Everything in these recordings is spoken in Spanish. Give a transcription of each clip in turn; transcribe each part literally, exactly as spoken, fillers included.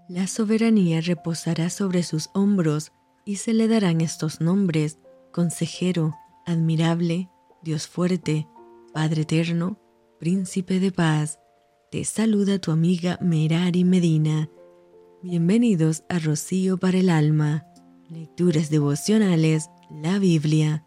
La soberanía reposará sobre sus hombros y se le darán estos nombres: Consejero, Admirable, Dios fuerte, Padre eterno, Príncipe de paz. Te saluda tu amiga Merari Medina. Bienvenidos a Rocío para el Alma. Lecturas devocionales, la Biblia.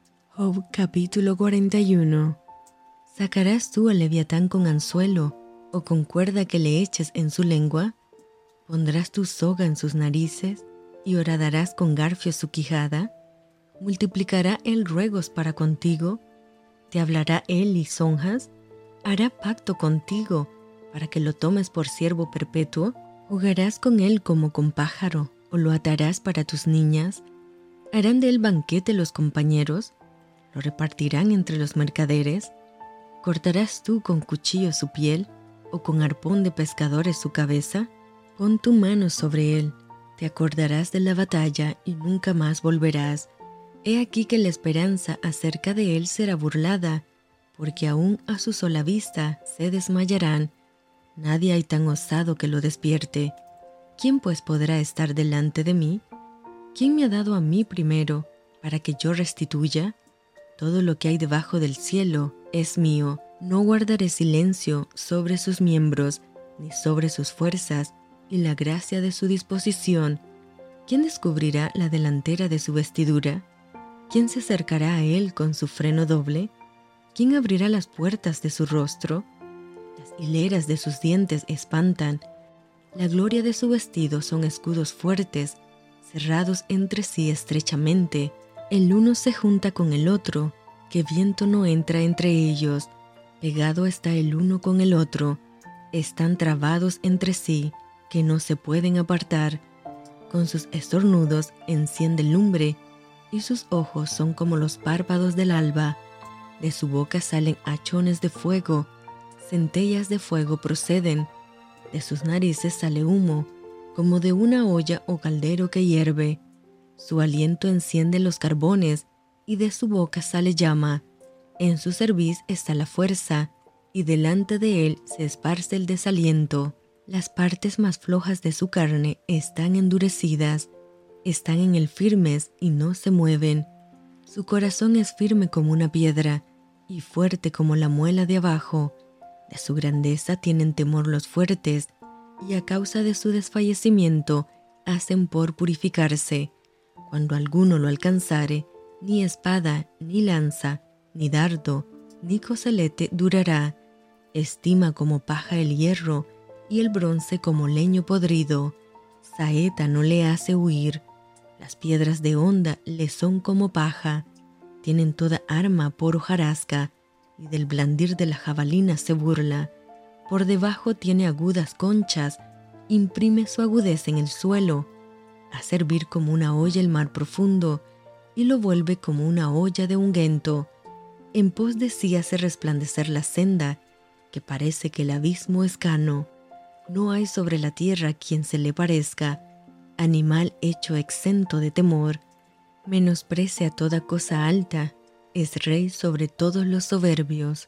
Job capítulo cuarenta y uno. ¿Sacarás tú al leviatán con anzuelo o con cuerda que le eches en su lengua? ¿Pondrás tu soga en sus narices y horadarás con garfio su quijada? ¿Multiplicará él ruegos para contigo? ¿Te hablará él lisonjas? ¿Hará pacto contigo para que lo tomes por siervo perpetuo? ¿Jugarás con él como con pájaro o lo atarás para tus niñas? ¿Harán de él banquete los compañeros? ¿Lo repartirán entre los mercaderes? ¿Cortarás tú con cuchillo su piel o con arpón de pescadores su cabeza? Pon tu mano sobre él, te acordarás de la batalla y nunca más volverás. He aquí que la esperanza acerca de él será burlada, porque aún a su sola vista se desmayarán. Nadie hay tan osado que lo despierte. ¿Quién pues podrá estar delante de mí? ¿Quién me ha dado a mí primero para que yo restituya? Todo lo que hay debajo del cielo es mío. No guardaré silencio sobre sus miembros, ni sobre sus fuerzas y la gracia de su disposición. ¿Quién descubrirá la delantera de su vestidura? ¿Quién se acercará a él con su freno doble? ¿Quién abrirá las puertas de su rostro? Las hileras de sus dientes espantan. La gloria de su vestido son escudos fuertes, cerrados entre sí estrechamente. El uno se junta con el otro, que viento no entra entre ellos. Pegado está el uno con el otro, están trabados entre sí, que no se pueden apartar. Con sus estornudos enciende lumbre, y sus ojos son como los párpados del alba. De su boca salen hachones de fuego, centellas de fuego proceden. De sus narices sale humo, como de una olla o caldero que hierve. Su aliento enciende los carbones, y de su boca sale llama. En su cerviz está la fuerza, y delante de él se esparce el desaliento. Las partes más flojas de su carne están endurecidas, están en él firmes y no se mueven. Su corazón es firme como una piedra, y fuerte como la muela de abajo. De su grandeza tienen temor los fuertes, y a causa de su desfallecimiento hacen por purificarse. Cuando alguno lo alcanzare, ni espada, ni lanza, ni dardo, ni coselete durará. Estima como paja el hierro, y el bronce como leño podrido. Saeta no le hace huir. Las piedras de honda le son como paja. Tienen toda arma por hojarasca, y del blandir de la jabalina se burla. Por debajo tiene agudas conchas, imprime su agudeza en el suelo. Hace hervir como una olla el mar profundo, y lo vuelve como una olla de ungüento. En pos de sí hace resplandecer la senda, que parece que el abismo es cano. No hay sobre la tierra quien se le parezca, animal hecho exento de temor. Menosprecia toda cosa alta, es rey sobre todos los soberbios.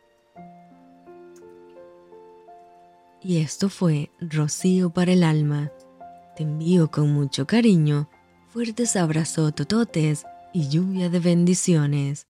Y esto fue Rocío para el Alma. Te envío con mucho cariño, fuertes abrazos tototes y lluvia de bendiciones.